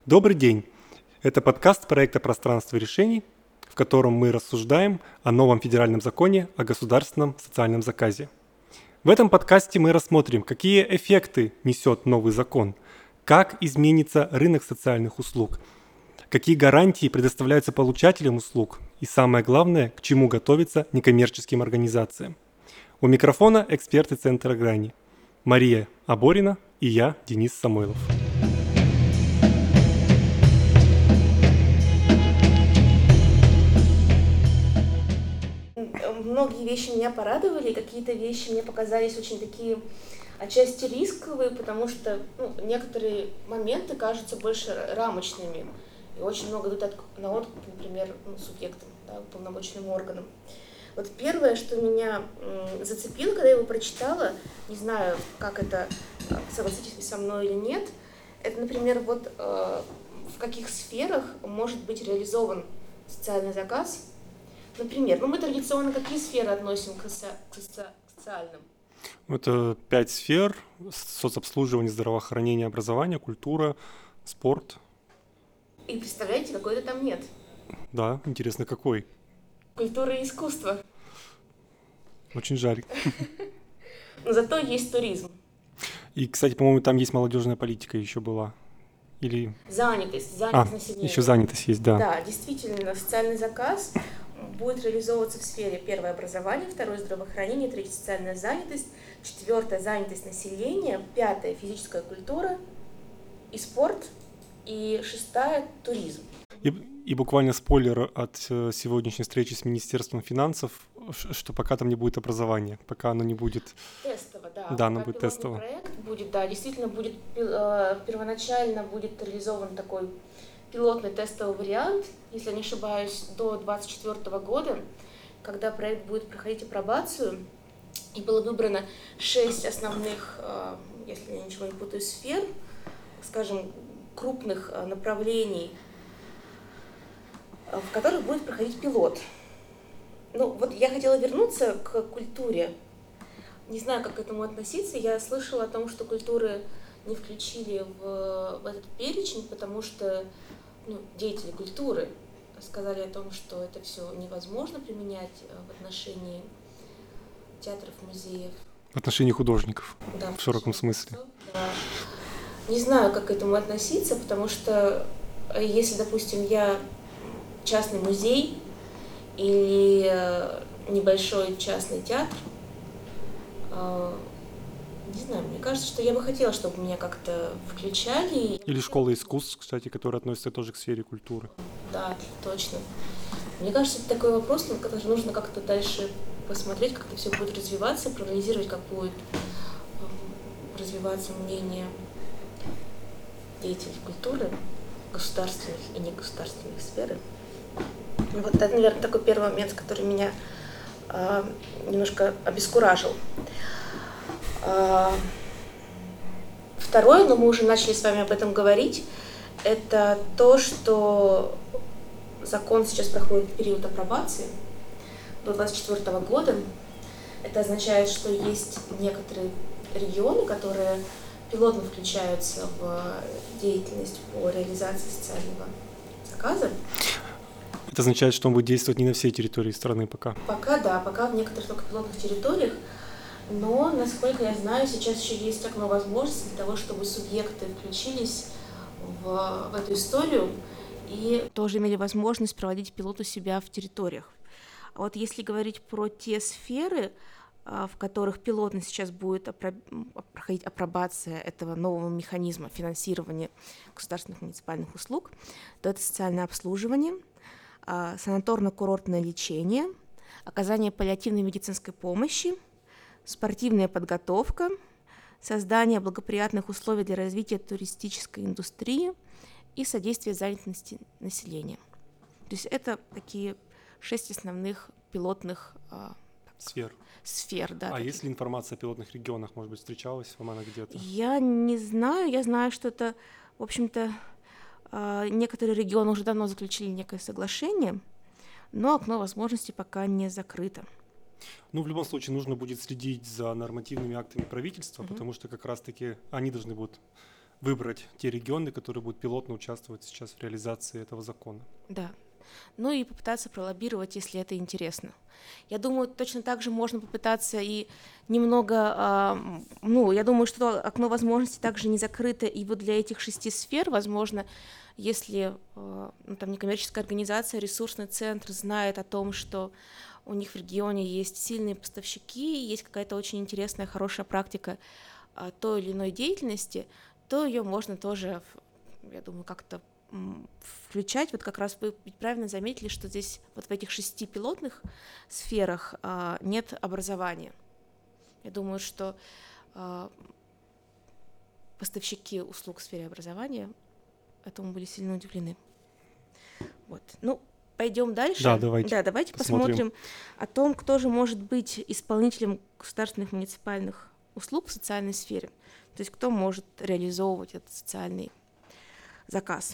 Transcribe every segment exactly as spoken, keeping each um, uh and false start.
Добрый день! Это подкаст проекта «Пространство решений», в котором мы рассуждаем о новом федеральном законе о государственном социальном заказе. В этом подкасте мы рассмотрим, какие эффекты несет новый закон, как изменится рынок социальных услуг, какие гарантии предоставляются получателям услуг и, самое главное, к чему готовиться некоммерческим организациям. У микрофона эксперты Центра Грани Мария Аборина и я, Денис Самойлов. Многие вещи меня порадовали, какие-то вещи мне показались очень такие отчасти рисковые, потому что ну, некоторые моменты кажутся больше рамочными. И очень много дают на откуп, например, ну, субъектам, да, уполномоченным органам. Вот первое, что меня м, зацепило, когда я его прочитала, не знаю, как это, согласитесь вы со мной или нет, это, например, вот э, в каких сферах может быть реализован социальный заказ. Например, ну мы традиционно какие сферы относим к, соци... к социальным? Это пять сфер: соцобслуживание, здравоохранение, образование, культура, спорт. И представляете, какой-то там нет. Да, интересно, какой? Культура и искусство. Очень жаль. Но зато есть туризм. И, кстати, по-моему, там есть молодежная политика еще была. Или... Занятость, занятость а, населения. Еще занятость есть, да. Да, действительно, социальный заказ будет реализовываться в сфере: первое — образование, второе — здравоохранение, третье — социальная занятость, четвертое — занятость населения, пятое — физическая культура и спорт, и шестая — туризм. И, и буквально спойлер от сегодняшней встречи с Министерством финансов, что пока там не будет образования, пока оно не будет... Тестово, да. Да, оно будет тестово. Проект будет, да, действительно будет, э, первоначально будет реализован такой пилотный тестовый вариант, если я не ошибаюсь, до двадцать четвёртого года, когда проект будет проходить апробацию, и было выбрано шесть основных, э, если я ничего не путаю, сфер, скажем, крупных э, направлений, в которых будет проходить пилот. Ну, вот я хотела вернуться к культуре. Не знаю, как к этому относиться. Я слышала о том, что культуры не включили в, в этот перечень, потому что ну, деятели культуры сказали о том, что это все невозможно применять в отношении театров, музеев. В отношении художников, да, в широком смысле. Да. Не знаю, как к этому относиться, потому что если, допустим, я частный музей или небольшой частный театр, не знаю, мне кажется, что я бы хотела, чтобы меня как-то включали. Или школа искусств, кстати, которая относится тоже к сфере культуры. Да, точно. Мне кажется, это такой вопрос, на который нужно как-то дальше посмотреть, как это все будет развиваться, проанализировать, как будет развиваться мнение деятелей культуры, государственных и негосударственных сфер. Вот это, наверное, такой первый момент, который меня э, немножко обескуражил. Э, второе, но мы уже начали с вами об этом говорить, это то, что закон сейчас проходит период апробации до двадцать четвёртого года. Это означает, что есть некоторые регионы, которые пилотно включаются в деятельность по реализации социального заказа. Это означает, что он будет действовать не на всей территории страны пока? Пока да, пока в некоторых только пилотных территориях, но, насколько я знаю, сейчас еще есть окно возможностей для того, чтобы субъекты включились в, в эту историю и тоже имели возможность проводить пилот у себя в территориях. А вот если говорить про те сферы, в которых пилотно сейчас будет проходить апробация этого нового механизма финансирования государственных муниципальных услуг, то это социальное обслуживание, санаторно-курортное лечение, оказание паллиативной медицинской помощи, спортивная подготовка, создание благоприятных условий для развития туристической индустрии и содействие занятости населения. То есть это такие шесть основных пилотных а, сфер. сфер, да. А таких. есть ли информация о пилотных регионах? Может быть, встречалась вам она где-то? Я не знаю. Я знаю, что это, в общем-то, некоторые регионы уже давно заключили некое соглашение, но окно возможностей пока не закрыто. Ну, в любом случае, нужно будет следить за нормативными актами правительства, mm-hmm. потому что как раз-таки они должны будут выбрать те регионы, которые будут пилотно участвовать сейчас в реализации этого закона. Да. Ну и попытаться пролоббировать, если это интересно. Я думаю, точно так же можно попытаться и немного, э, ну, я думаю, что окно возможностей также не закрыто, и вот для этих шести сфер, возможно, если э, ну, там некоммерческая организация, ресурсный центр знает о том, что у них в регионе есть сильные поставщики, есть какая-то очень интересная, хорошая практика э, той или иной деятельности, то ее можно тоже, я думаю, как-то включать. Вот как раз вы правильно заметили, что здесь вот в этих шести пилотных сферах а, нет образования. Я думаю, что а, поставщики услуг в сфере образования этому были сильно удивлены. Вот. Ну, пойдем дальше. Да, давайте. Да, давайте посмотрим. посмотрим о том, кто же может быть исполнителем государственных муниципальных услуг в социальной сфере. То есть кто может реализовывать этот социальный заказ.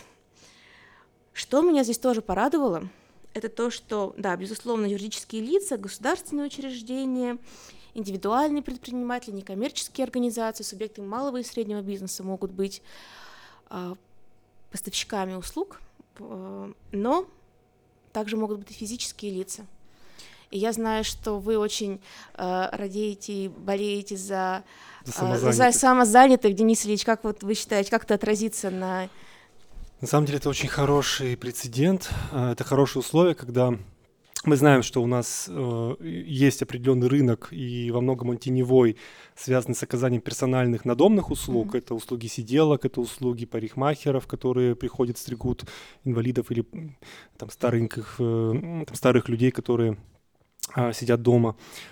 Что меня здесь тоже порадовало, это то, что, да, безусловно, юридические лица, государственные учреждения, индивидуальные предприниматели, некоммерческие организации, субъекты малого и среднего бизнеса могут быть э, поставщиками услуг, э, но также могут быть и физические лица. И я знаю, что вы очень э, радеете и болеете за, за, э, самозанятых. за самозанятых. Денис Ильич, как вот вы считаете, как это отразится на... На самом деле это очень хороший прецедент, это хорошие условия, когда мы знаем, что у нас э, есть определенный рынок, и во многом он теневой, связанный с оказанием персональных надомных услуг. Mm-hmm. Это услуги сиделок, это услуги парикмахеров, которые приходят, стригут инвалидов или там, стареньких, э, там, старых людей, которые э, сидят дома.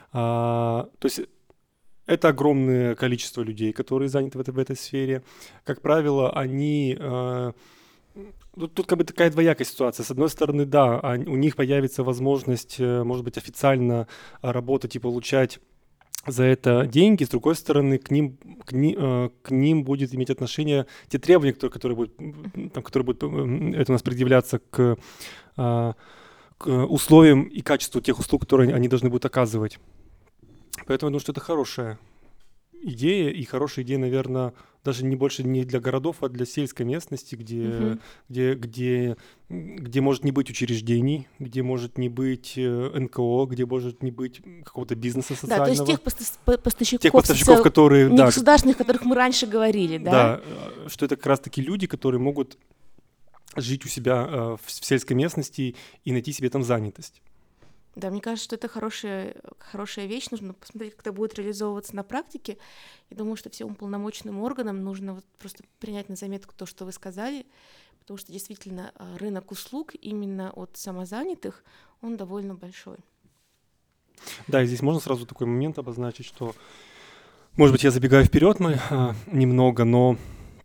А, то есть это огромное количество людей, которые заняты в этой, в этой сфере. Как правило, они... Э, Тут, тут как бы такая двоякая ситуация. С одной стороны, да, у них появится возможность, может быть, официально работать и получать за это деньги. С другой стороны, к ним, к ним, к ним будет иметь отношение те требования, которые, которые, будут, там, которые будут это у нас предъявляться к, к условиям и качеству тех услуг, которые они должны будут оказывать. Поэтому я думаю, что это хорошая идея, и хорошая идея, наверное, даже не больше не для городов, а для сельской местности, где, uh-huh. где, где, где может не быть учреждений, где может не быть эн ка о, где может не быть какого-то бизнеса социального. Да, то есть тех посто- поставщиков, тех поставщиков, которые... Не да, государственных, о которых мы раньше говорили, да? Да, что это как раз-таки люди, которые могут жить у себя э, в, в сельской местности и найти себе там занятость. Да, мне кажется, что это хорошая, хорошая вещь. Нужно посмотреть, как это будет реализовываться на практике. Я думаю, что всем уполномоченным органам нужно вот просто принять на заметку то, что вы сказали, потому что действительно рынок услуг именно от самозанятых, он довольно большой. Да, и здесь можно сразу такой момент обозначить, что, может быть, я забегаю вперед мы, а, немного, но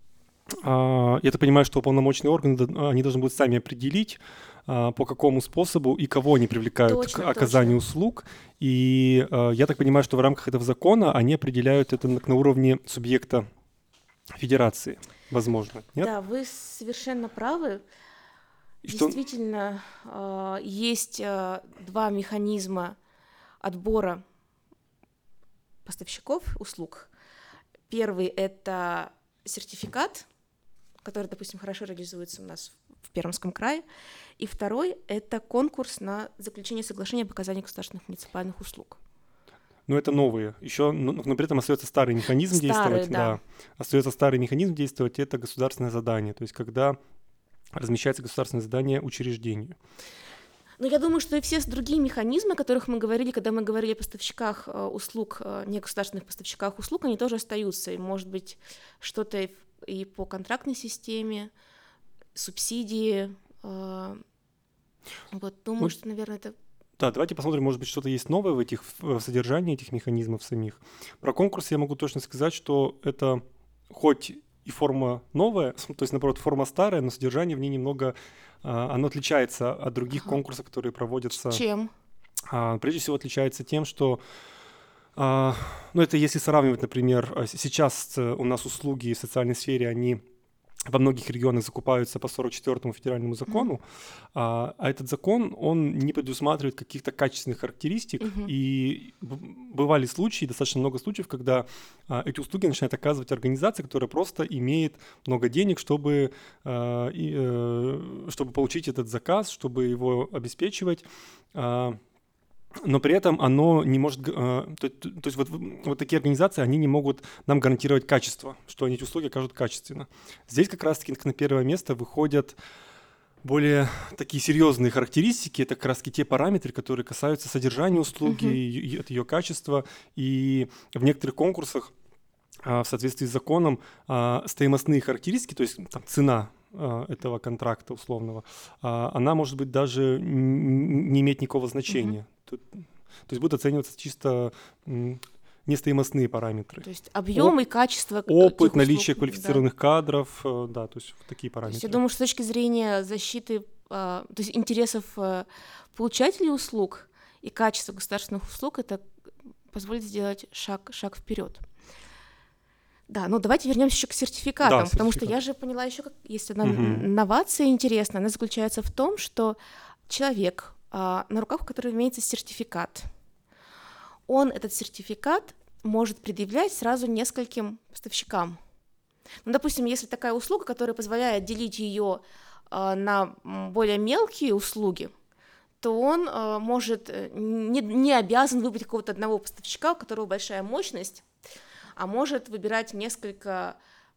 а, я так понимаю, что уполномоченные органы, они должны будут сами определить, по какому способу и кого они привлекают точно, к оказанию точно. услуг. И э, я так понимаю, что в рамках этого закона они определяют это на, на уровне субъекта федерации, возможно. Нет? Да, вы совершенно правы. И Действительно, что... э, есть э, два механизма отбора поставщиков услуг. Первый — это сертификат, который, допустим, хорошо реализуется у нас в Пермском крае. И второй — это конкурс на заключение соглашения об оказании государственных муниципальных услуг. Но это новые. Еще, но, но при этом остается старый механизм старый, действовать. Да. Да. Остается старый механизм действовать, это государственное задание. То есть когда размещается государственное задание учреждению. Но я думаю, что и все другие механизмы, о которых мы говорили, когда мы говорили о поставщиках услуг, негосударственных поставщиках услуг, они тоже остаются. И, может быть, что-то и по контрактной системе, субсидии. Вот, думаю, вот, что, наверное, это... Да, давайте посмотрим, может быть, что-то есть новое в этих в содержании этих механизмов самих. Про конкурс я могу точно сказать, что это хоть и форма новая, то есть, наоборот, форма старая, но содержание в ней немного, оно отличается от других ага. конкурсов, которые проводятся. Чем? Прежде всего, отличается тем, что, ну, это если сравнивать, например, сейчас у нас услуги в социальной сфере, они во многих регионах закупаются по сорок четвёртому федеральному закону, mm-hmm. а, а этот закон, он не предусматривает каких-то качественных характеристик, mm-hmm. и бывали случаи, достаточно много случаев, когда а, эти услуги начинает оказывать организация, которая просто имеет много денег, чтобы, а, и, а, чтобы получить этот заказ, чтобы его обеспечивать, а, но при этом оно не может, то, то есть вот, вот такие организации, они не могут нам гарантировать качество, что эти услуги окажут качественно. Здесь как раз-таки на первое место выходят более такие серьезные характеристики, это как раз-таки те параметры, которые касаются содержания услуги, uh-huh. ее, ее качества, и в некоторых конкурсах в соответствии с законом стоимостные характеристики, то есть там, цена этого контракта условного, она может быть даже не иметь никакого значения. Uh-huh. То, то есть будут оцениваться чисто нестоимостные параметры. То есть объем Оп- и качество. Опыт, наличие квалифицированных да. кадров, да, то есть такие параметры. То есть я думаю, что с точки зрения защиты, то есть интересов получателей услуг и качества государственных услуг, это позволит сделать шаг, шаг вперед. Да, ну давайте вернемся еще к сертификатам, да, потому сертификат. Что я же поняла еще, как есть одна угу. новация интересная, она заключается в том, что человек, на руках у которого имеется сертификат, он этот сертификат может предъявлять сразу нескольким поставщикам. Ну, допустим, если такая услуга, которая позволяет делить ее на более мелкие услуги, то он может не, не обязан выбрать какого-то одного поставщика, у которого большая мощность, а может выбирать несколько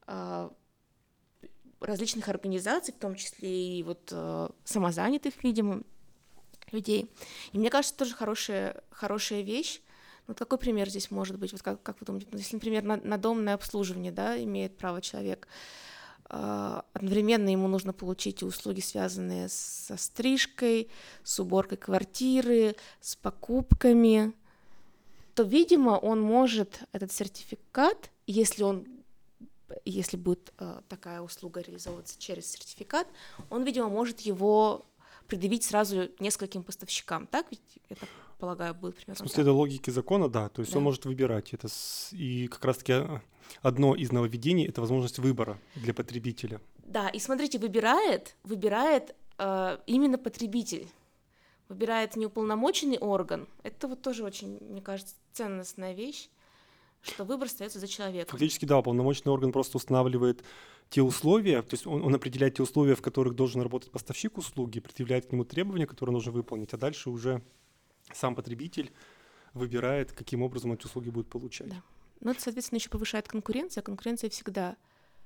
различных организаций, в том числе и вот самозанятых, видимо, людей. И мне кажется, это тоже хорошая, хорошая вещь. Вот какой пример здесь может быть? Вот как, как вы думаете, если, например, на, на домное обслуживание, да, имеет право человек, э, одновременно ему нужно получить услуги, связанные со стрижкой, с уборкой квартиры, с покупками, то, видимо, он может этот сертификат, если он, если будет э, такая услуга реализовываться через сертификат, он, видимо, может его предъявить сразу нескольким поставщикам, так? Ведь я так полагаю, будет примерно. В смысле, это логики закона, да, то есть да. он может выбирать это. И как раз-таки одно из нововведений — это возможность выбора для потребителя. Да, и смотрите, выбирает, выбирает э, именно потребитель, выбирает неуполномоченный орган. Это вот тоже очень, мне кажется, ценностная вещь, что выбор остается за человеком. Фактически, да, уполномоченный орган просто устанавливает те условия, то есть он, он определяет те условия, в которых должен работать поставщик услуги, предъявляет к нему требования, которые он должен выполнить, а дальше уже сам потребитель выбирает, каким образом эти услуги будет получать. Да. Но это, соответственно, еще повышает конкуренцию, а конкуренция всегда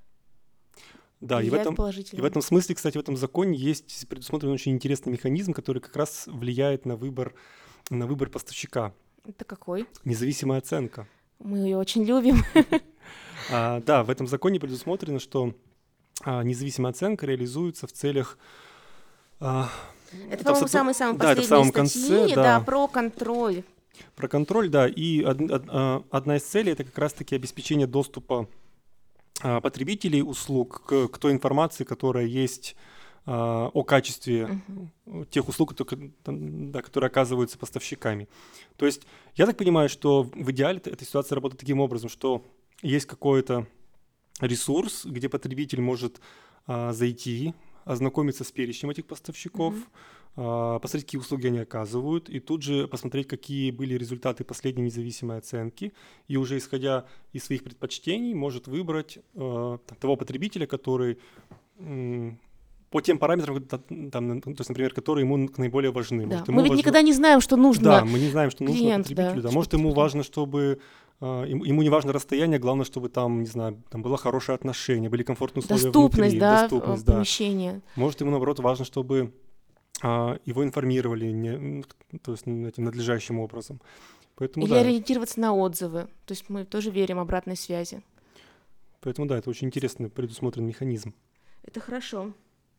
да, и в, этом, и в этом смысле, кстати, в этом законе есть предусмотрен очень интересный механизм, который как раз влияет на выбор, на выбор поставщика. Это какой? Независимая оценка. Мы ее очень любим. А, да, в этом законе предусмотрено, что а, независимая оценка реализуется в целях... А, это, по-моему, самый-самый да, последний в самом статьи, конце, да. да, про контроль. Про контроль, да, и од, од, одна из целей — это как раз-таки обеспечение доступа а, потребителей услуг к, к той информации, которая есть а, о качестве uh-huh. тех услуг, да, которые оказываются поставщиками. То есть я так понимаю, что в идеале эта ситуация работает таким образом, что есть какой-то ресурс, где потребитель может а, зайти, ознакомиться с перечнем этих поставщиков, mm-hmm. посмотреть, какие услуги они оказывают, и тут же посмотреть, какие были результаты последней независимой оценки, и уже исходя из своих предпочтений может выбрать э, того потребителя, который э, по тем параметрам, там, то есть, например, которые ему наиболее важны. Да. Может, мы ведь важно... никогда не знаем, что нужно. Да, мы не знаем, что нужно клиент, потребителю. Да. Да. Может, ему важно, чтобы ему не важно расстояние, главное, чтобы там, не знаю, там было хорошее отношение, были комфортные условия доступность, внутри, да, доступность, помещения. Да. Может, ему, наоборот, важно, чтобы а, его информировали не, то есть, этим надлежащим образом. Поэтому, Или да. ориентироваться на отзывы. То есть мы тоже верим обратной связи. Поэтому, да, это очень интересный предусмотренный механизм. Это хорошо.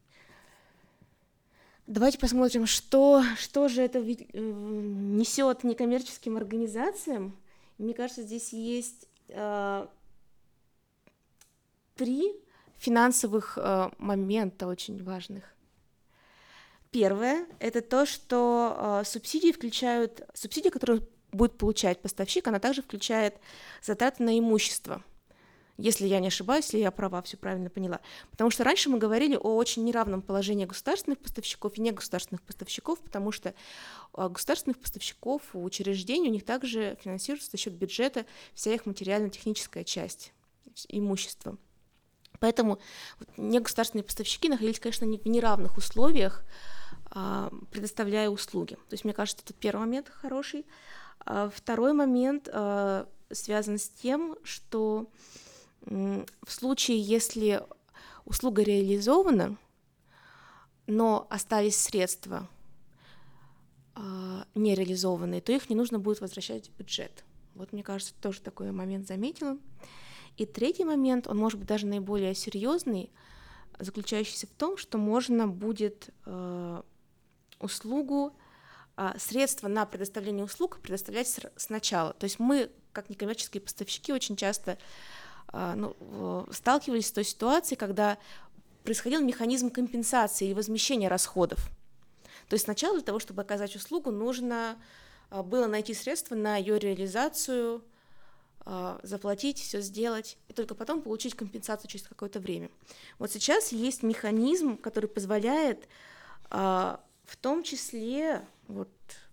Давайте посмотрим, что, что же это несет некоммерческим организациям. Мне кажется, здесь есть э, три финансовых э, момента очень важных. Первое – это то, что э, субсидии включают, субсидия, которую будет получать поставщик, она также включает затраты на имущество. Если я не ошибаюсь, если я права, все правильно поняла. Потому что раньше мы говорили о очень неравном положении государственных поставщиков и негосударственных поставщиков, потому что у государственных поставщиков, у учреждений, у них также финансируется за счет бюджета вся их материально-техническая часть имущества. Поэтому негосударственные поставщики находились, конечно, в неравных условиях, предоставляя услуги. То есть, мне кажется, это первый момент хороший. Второй момент связан с тем, что в случае, если услуга реализована, но остались средства э, нереализованные, то их не нужно будет возвращать в бюджет. Вот, мне кажется, тоже такой момент заметила. И третий момент, он может быть даже наиболее серьезный, заключающийся в том, что можно будет э, услугу, э, средства на предоставление услуг предоставлять с- сначала. То есть мы, как некоммерческие поставщики, очень часто Ну, сталкивались с той ситуацией, когда происходил механизм компенсации или возмещения расходов. То есть сначала для того, чтобы оказать услугу, нужно было найти средства на ее реализацию, заплатить, все сделать, и только потом получить компенсацию через какое-то время. Вот сейчас есть механизм, который позволяет в том числе вот,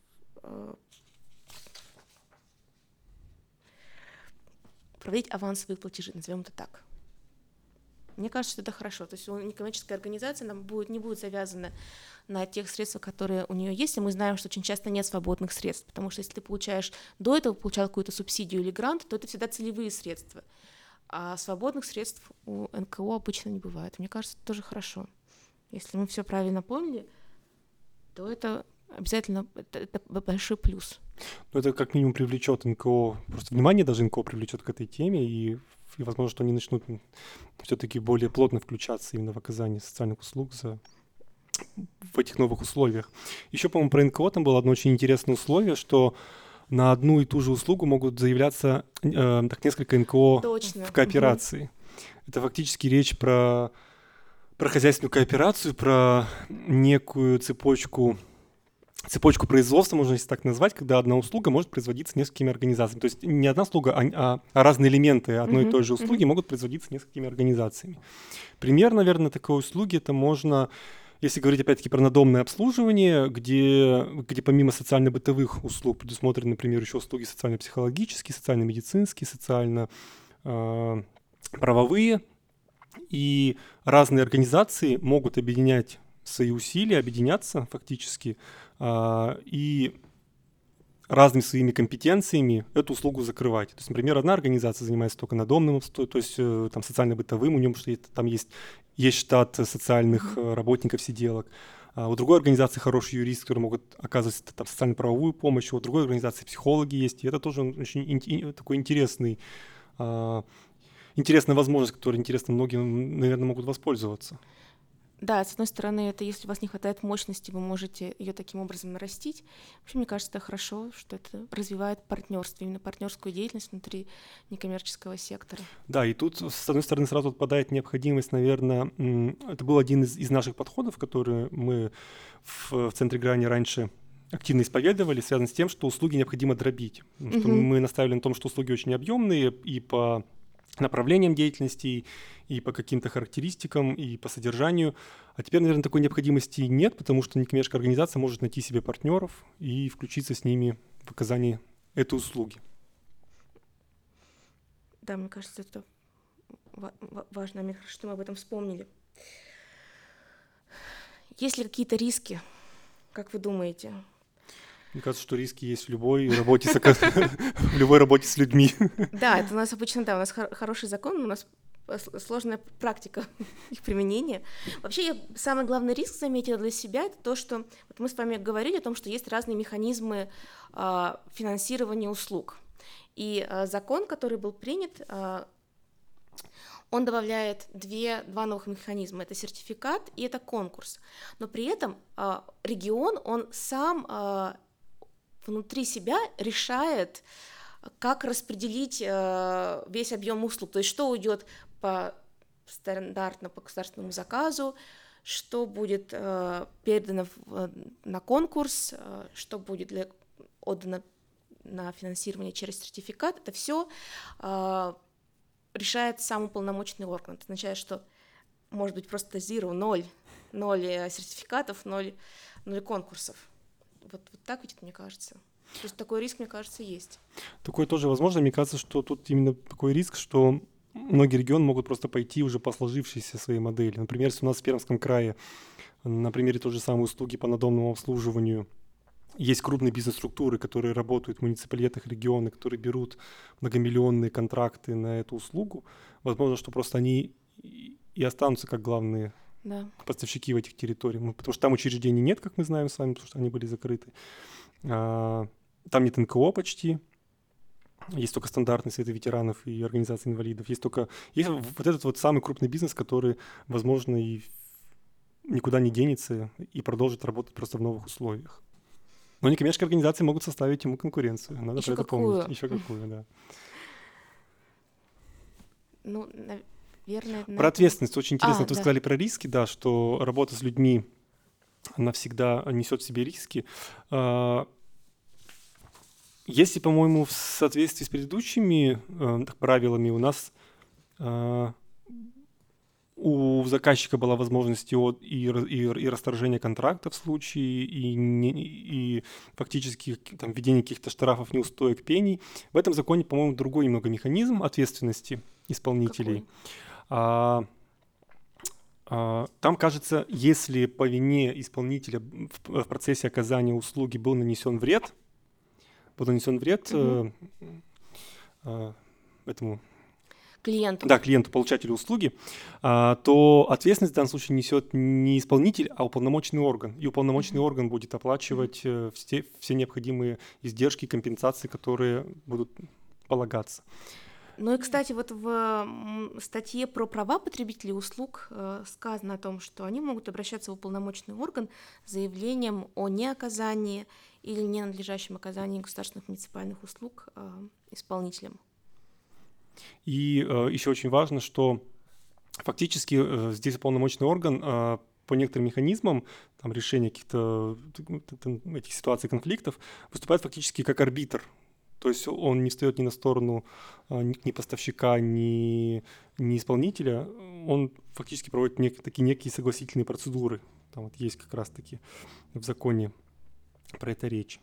проводить авансовые платежи, назовем это так. Мне кажется, что это хорошо. То есть некоммерческая организация нам будет, не будет завязана на тех средствах, которые у нее есть, и мы знаем, что очень часто нет свободных средств, потому что если ты получаешь до этого получал какую-то субсидию или грант, то это всегда целевые средства, а свободных средств у эн ка о обычно не бывает. Мне кажется, это тоже хорошо. Если мы все правильно поняли, то это обязательно это, это большой плюс. Ну, это как минимум привлечет эн ка о, просто внимание даже эн ка о привлечет к этой теме, и, и возможно, что они начнут все-таки более плотно включаться именно в оказание социальных услуг за, в этих новых условиях. Еще, по-моему, про эн ка о там было одно очень интересное условие, что на одну и ту же услугу могут заявляться э, так несколько эн ка о Точно. В кооперации. Угу. Это фактически речь про, про хозяйственную кооперацию, про некую цепочку цепочку производства, можно если так назвать, когда одна услуга может производиться несколькими организациями. То есть не одна услуга, а, а разные элементы одной uh-huh, и той же услуги uh-huh. могут производиться несколькими организациями. Пример, наверное, такой услуги это можно, если говорить опять-таки про надомное обслуживание, где, где помимо социально-бытовых услуг предусмотрены, например, еще услуги социально-психологические, социально-медицинские, социально-правовые. И разные организации могут объединять свои усилия, объединяться фактически а, и разными своими компетенциями эту услугу закрывать. То есть, например, одна организация занимается только надомным, то есть там социально-бытовым, у нее там есть, есть штат социальных mm-hmm. работников, сиделок. А у другой организации хороший юрист, которые могут оказывать там социально-правовую помощь, у другой организации психологи есть, и это тоже очень ин- такой интересный, а, интересная возможность, которой интересно многим, наверное, могут воспользоваться. Да, с одной стороны, это если у вас не хватает мощности, вы можете ее таким образом нарастить. Вообще, мне кажется, это хорошо, что это развивает партнерство, именно партнерскую деятельность внутри некоммерческого сектора. Да, и тут, с одной стороны, сразу отпадает необходимость, наверное, это был один из, из наших подходов, которые мы в, в Центре Грани раньше активно исповедовали, связан с тем, что услуги необходимо дробить. Потому что мы наставили на том, что услуги очень объемные и по направлениям деятельности, и по каким-то характеристикам, и по содержанию. А теперь, наверное, такой необходимости нет, потому что некоммерческая организация может найти себе партнеров и включиться с ними в оказание этой услуги. Да, мне кажется, это важно, мне хорошо, что мы об этом вспомнили. Есть ли какие-то риски, как вы думаете? Мне кажется, что риски есть в любой работе с, в любой работе с людьми. Да, это у нас обычно, да, у нас хороший закон, у нас сложная практика их применения. Вообще, я самый главный риск заметила для себя, это то, что вот мы с вами говорили о том, что есть разные механизмы э, финансирования услуг. И э, закон, который был принят, э, он добавляет две, два новых механизма. Это сертификат и это конкурс. Но при этом э, регион, он сам э, внутри себя решает, как распределить э, весь объем услуг, то есть что уйдет по стандартно по государственному заказу, что будет э, передано в, на конкурс, э, что будет для, отдано на финансирование через сертификат. Это все э, решает сам уполномоченный орган. Это означает, что может быть просто zero, ноль, ноль сертификатов, ноль, ноль конкурсов. Вот, вот так ведь, мне кажется. То есть такой риск, мне кажется, есть. Такое тоже возможно. Мне кажется, что тут именно такой риск, что многие регионы могут просто пойти уже по сложившейся своей модели. Например, если у нас в Пермском крае, на примере той же самой услуги по надомному обслуживанию, есть крупные бизнес-структуры, которые работают в муниципалитетах региона, которые берут многомиллионные контракты на эту услугу, возможно, что просто они и останутся как главные да. поставщики в этих территориях. Ну, потому что там учреждений нет, как мы знаем с вами, потому что они были закрыты. А, там нет эн ка о почти. Есть только стандартные советы ветеранов и организации инвалидов. Есть только есть вот этот вот самый крупный бизнес, который, возможно, и никуда не денется и продолжит работать просто в новых условиях. Но некоммерческие организации могут составить ему конкуренцию. Надо Еще про это какую? помнить. Еще какую, да. Ну, наверное... Про ответственность. Очень интересно, а, вы да. сказали про риски, да, что работа с людьми, она всегда несет в себе риски. Если, по-моему, в соответствии с предыдущими э, правилами у нас э, у заказчика была возможность и, и, и расторжения контракта в случае, и, не, и фактически там, введение каких-то штрафов, неустоек, пений. В этом законе, по-моему, другой немного механизм ответственности исполнителей. А, а, там, кажется, если по вине исполнителя в, в процессе оказания услуги был нанесен вред, был нанесен вред uh-huh. э, э, этому клиенту. Да, клиенту, получателю услуги, а, то ответственность в данном случае несет не исполнитель, а уполномоченный орган. И уполномоченный uh-huh. орган будет оплачивать uh-huh. все, все необходимые издержки, компенсации, которые будут полагаться. Ну и, кстати, вот в статье про права потребителей услуг э, сказано о том, что они могут обращаться в уполномоченный орган с заявлением о неоказании или ненадлежащем оказании государственных муниципальных услуг э, исполнителям. И э, еще очень важно, что фактически э, здесь уполномоченный орган э, по некоторым механизмам там, решения каких-то этих ситуаций, конфликтов выступает фактически как арбитр. То есть он не встает ни на сторону э, ни поставщика, ни, ни исполнителя. Он фактически проводит нек- такие некие согласительные процедуры. Там вот есть как раз-таки в законе про это речь.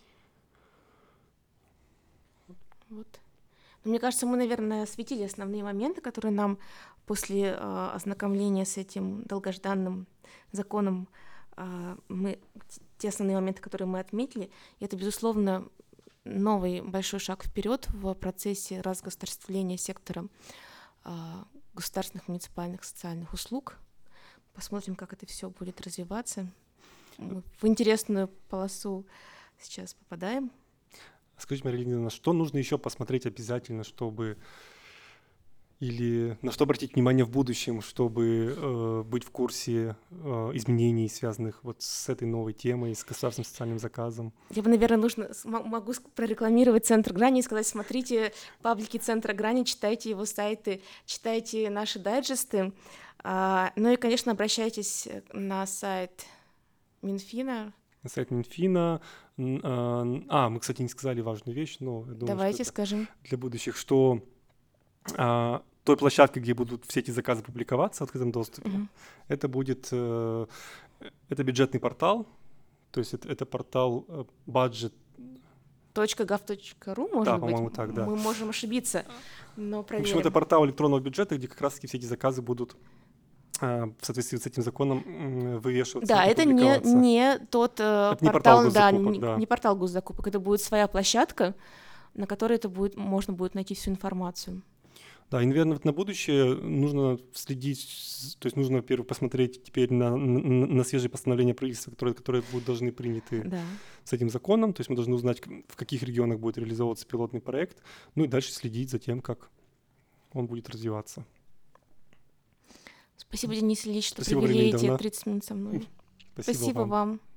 Вот. Мне кажется, мы, наверное, осветили основные моменты, которые нам после э, ознакомления с этим долгожданным законом, э, мы, те основные моменты, которые мы отметили, и это, безусловно, новый большой шаг вперед в процессе разгосударствления сектора э, государственных муниципальных социальных услуг. Посмотрим, как это все будет развиваться. Мы в интересную полосу сейчас попадаем. Скажите, Мария Леонидовна, что нужно еще посмотреть обязательно, чтобы или на что обратить внимание в будущем, чтобы э, быть в курсе э, изменений, связанных вот с этой новой темой, с государственным социальным заказом? Я бы, наверное, нужно могу прорекламировать Центр Грани и сказать: смотрите паблики Центра Грани, читайте его сайты, читайте наши дайджесты. А, ну и, конечно, обращайтесь на сайт Минфина. На сайт Минфина. А, мы, кстати, не сказали важную вещь, но я думаю, давайте что скажем для будущих, что а, той площадкой, где будут все эти заказы публиковаться в открытом доступе, uh-huh. это будет э, это бюджетный портал, то есть это, это портал budget. .gov.ru, может да, быть? по-моему, так, да. Мы можем ошибиться, но проверим. В общем, это портал электронного бюджета, где как раз-таки все эти заказы будут в соответствии с этим законом вывешиваться. Да, это не, не тот э, это портал, не портал госзакупок, да, да. не портал госзакупок, это будет своя площадка, на которой это будет, можно будет найти всю информацию. Да, и, наверное, вот на будущее нужно следить, то есть нужно, во-первых, посмотреть теперь на, на, на свежие постановления правительства, которые, которые будут должны приняты да. с этим законом, то есть мы должны узнать, в каких регионах будет реализовываться пилотный проект, ну и дальше следить за тем, как он будет развиваться. Спасибо, Денис Ильич, что Спасибо, провели эти Леонидовна. тридцать минут со мной. Спасибо, Спасибо вам. вам.